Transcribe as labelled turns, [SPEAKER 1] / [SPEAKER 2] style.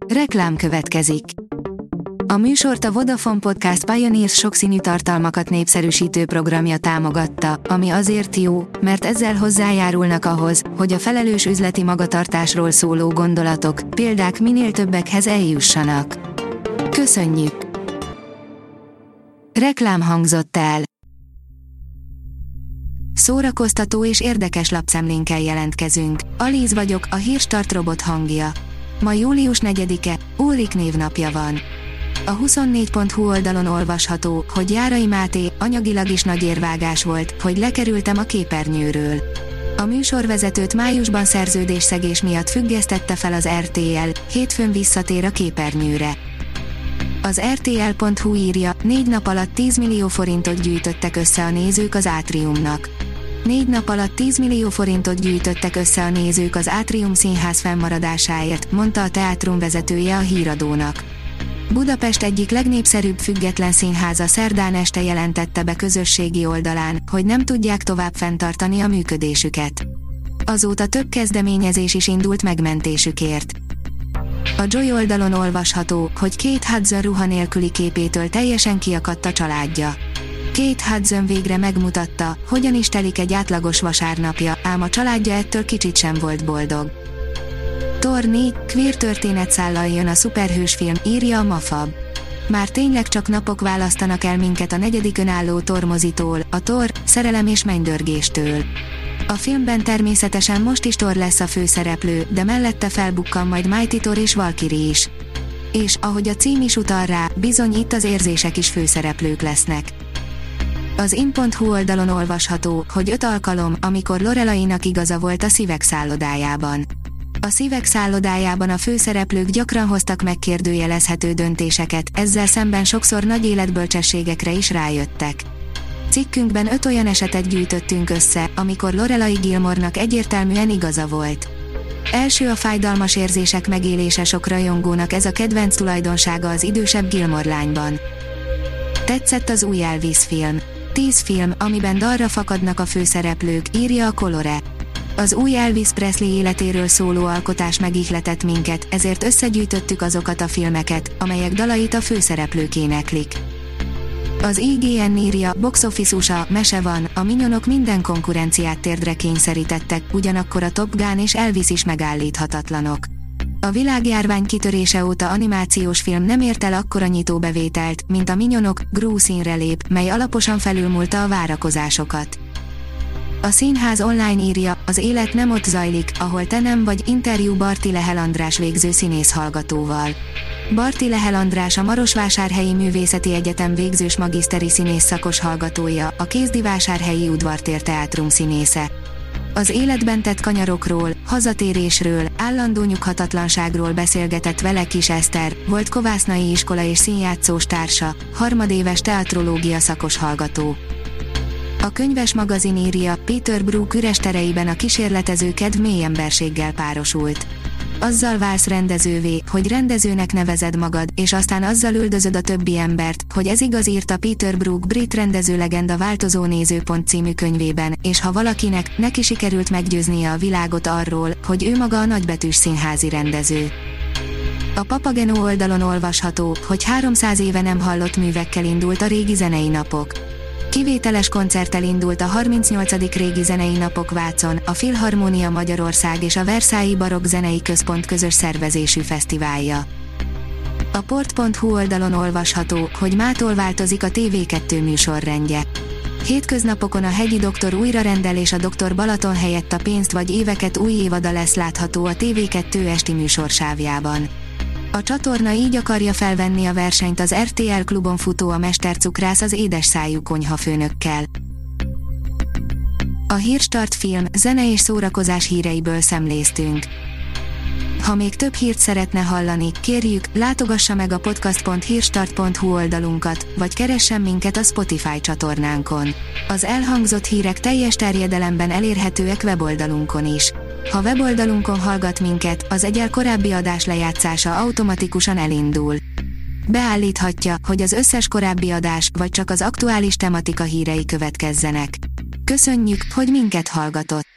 [SPEAKER 1] Reklám következik. A műsort a Vodafone Podcast Pioneers sokszínű tartalmakat népszerűsítő programja támogatta, ami azért jó, mert ezzel hozzájárulnak ahhoz, hogy a felelős üzleti magatartásról szóló gondolatok, példák minél többekhez eljussanak. Köszönjük! Reklám hangzott el. Szórakoztató és érdekes lapszemlénkkel jelentkezünk. Alíz vagyok, a Hírstart robot hangja. Ma július 4-e, Ulrik névnapja van. A 24.hu oldalon olvasható, hogy Járai Máté, anyagilag is nagy érvágás volt, hogy lekerültem a képernyőről. A műsorvezetőt májusban szerződésszegés miatt függesztette fel az RTL, hétfőn visszatér a képernyőre. Az RTL.hu írja, 4 nap alatt 10 millió forintot gyűjtöttek össze a nézők az Átriumnak. 4 nap alatt 10 millió forintot gyűjtöttek össze a nézők az Átrium színház fennmaradásáért, mondta a teátrum vezetője a Híradónak. Budapest egyik legnépszerűbb független színháza szerdán este jelentette be közösségi oldalán, hogy nem tudják tovább fenntartani a működésüket. Azóta több kezdeményezés is indult megmentésükért. A Joy oldalon olvasható, hogy Kate Hudson ruha nélküli képétől teljesen kiakadt a családja. Kate Hudson végre megmutatta, hogyan is telik egy átlagos vasárnapja, ám a családja ettől kicsit sem volt boldog. Thor 4, queer történetszállal jön a szuperhősfilm, írja a Mafab. Már tényleg csak napok választanak el minket a 4. önálló Thor mozitól, a Thor, szerelem és mennydörgéstől. A filmben természetesen most is Thor lesz a főszereplő, de mellette felbukkan majd Mighty Thor és Valkyrie is. És, ahogy a cím is utal rá, bizony itt az érzések is főszereplők lesznek. Az in.hu oldalon olvasható, hogy 5 alkalom, amikor Lorelainak igaza volt a Szívek szállodájában. A Szívek szállodájában a főszereplők gyakran hoztak megkérdőjelezhető döntéseket, ezzel szemben sokszor nagy életbölcsességekre is rájöttek. Cikkünkben 5 olyan esetet gyűjtöttünk össze, amikor Lorelai Gilmore-nak egyértelműen igaza volt. Első a fájdalmas érzések megélése, sok rajongónak ez a kedvenc tulajdonsága az idősebb Gilmore lányban. Tetszett az új Elvis film. 10 film, amiben dalra fakadnak a főszereplők, írja a Colore. Az új Elvis Presley életéről szóló alkotás megihletett minket, ezért összegyűjtöttük azokat a filmeket, amelyek dalait a főszereplők éneklik. Az IGN írja, Box Office USA, mese van, a Minyonok minden konkurenciát térdre kényszerítettek, ugyanakkor a Top Gun és Elvis is megállíthatatlanok. A világjárvány kitörése óta animációs film nem ért el akkora nyitóbevételt, mint a Minyonok, Gru színre lép, mely alaposan felülmúlta a várakozásokat. A Színház online írja, az élet nem ott zajlik, ahol te nem vagy, interjú Barti Lehel András végző színész hallgatóval. Barti Lehel András a Marosvásárhelyi Művészeti Egyetem végzős magiszteri színész szakos hallgatója, a Kézdivásárhelyi Udvartér teátrum színésze. Az életben tett kanyarokról, hazatérésről, állandó nyughatatlanságról beszélgetett vele Kis Eszter, volt Kovásznai iskola és színjátszós társa, harmadéves teatrológia szakos hallgató. A Könyves magazin írja, Peter Brook üres tereiben a kísérletező kedv mély emberséggel párosult. Azzal válsz rendezővé, hogy rendezőnek nevezed magad, és aztán azzal üldözöd a többi embert, hogy ez igaz, írta Peter Brook brit rendezőlegenda Változó nézőpont című könyvében, és ha valakinek, neki sikerült meggyőznie a világot arról, hogy ő maga a nagybetűs színházi rendező. A Papageno oldalon olvasható, hogy 300 éve nem hallott művekkel indult a régi zenei napok. Kivételes koncerttel indult a 38. régi zenei napok Vácon, a Filharmónia Magyarország és a Versailles Barokk Zenei Központ közös szervezésű fesztiválja. A port.hu oldalon olvasható, hogy mától változik a TV2 műsorrendje. Hétköznapokon a Hegyi doktor újra rendel és a Dr. Balaton helyett a pénzt vagy éveket új évada lesz látható a TV2 esti műsorsávjában. A csatorna így akarja felvenni a versenyt az RTL Klubon futó A mestercukrász az édes szájú konyhafőnökkel. A Hírstart film, zene és szórakozás híreiből szemléztünk. Ha még több hírt szeretne hallani, kérjük, látogassa meg a podcast.hírstart.hu oldalunkat, vagy keressen minket a Spotify csatornánkon. Az elhangzott hírek teljes terjedelemben elérhetőek weboldalunkon is. Ha weboldalunkon hallgat minket, az egyel korábbi adás lejátszása automatikusan elindul. Beállíthatja, hogy az összes korábbi adás, vagy csak az aktuális tematika hírei következzenek. Köszönjük, hogy minket hallgatott!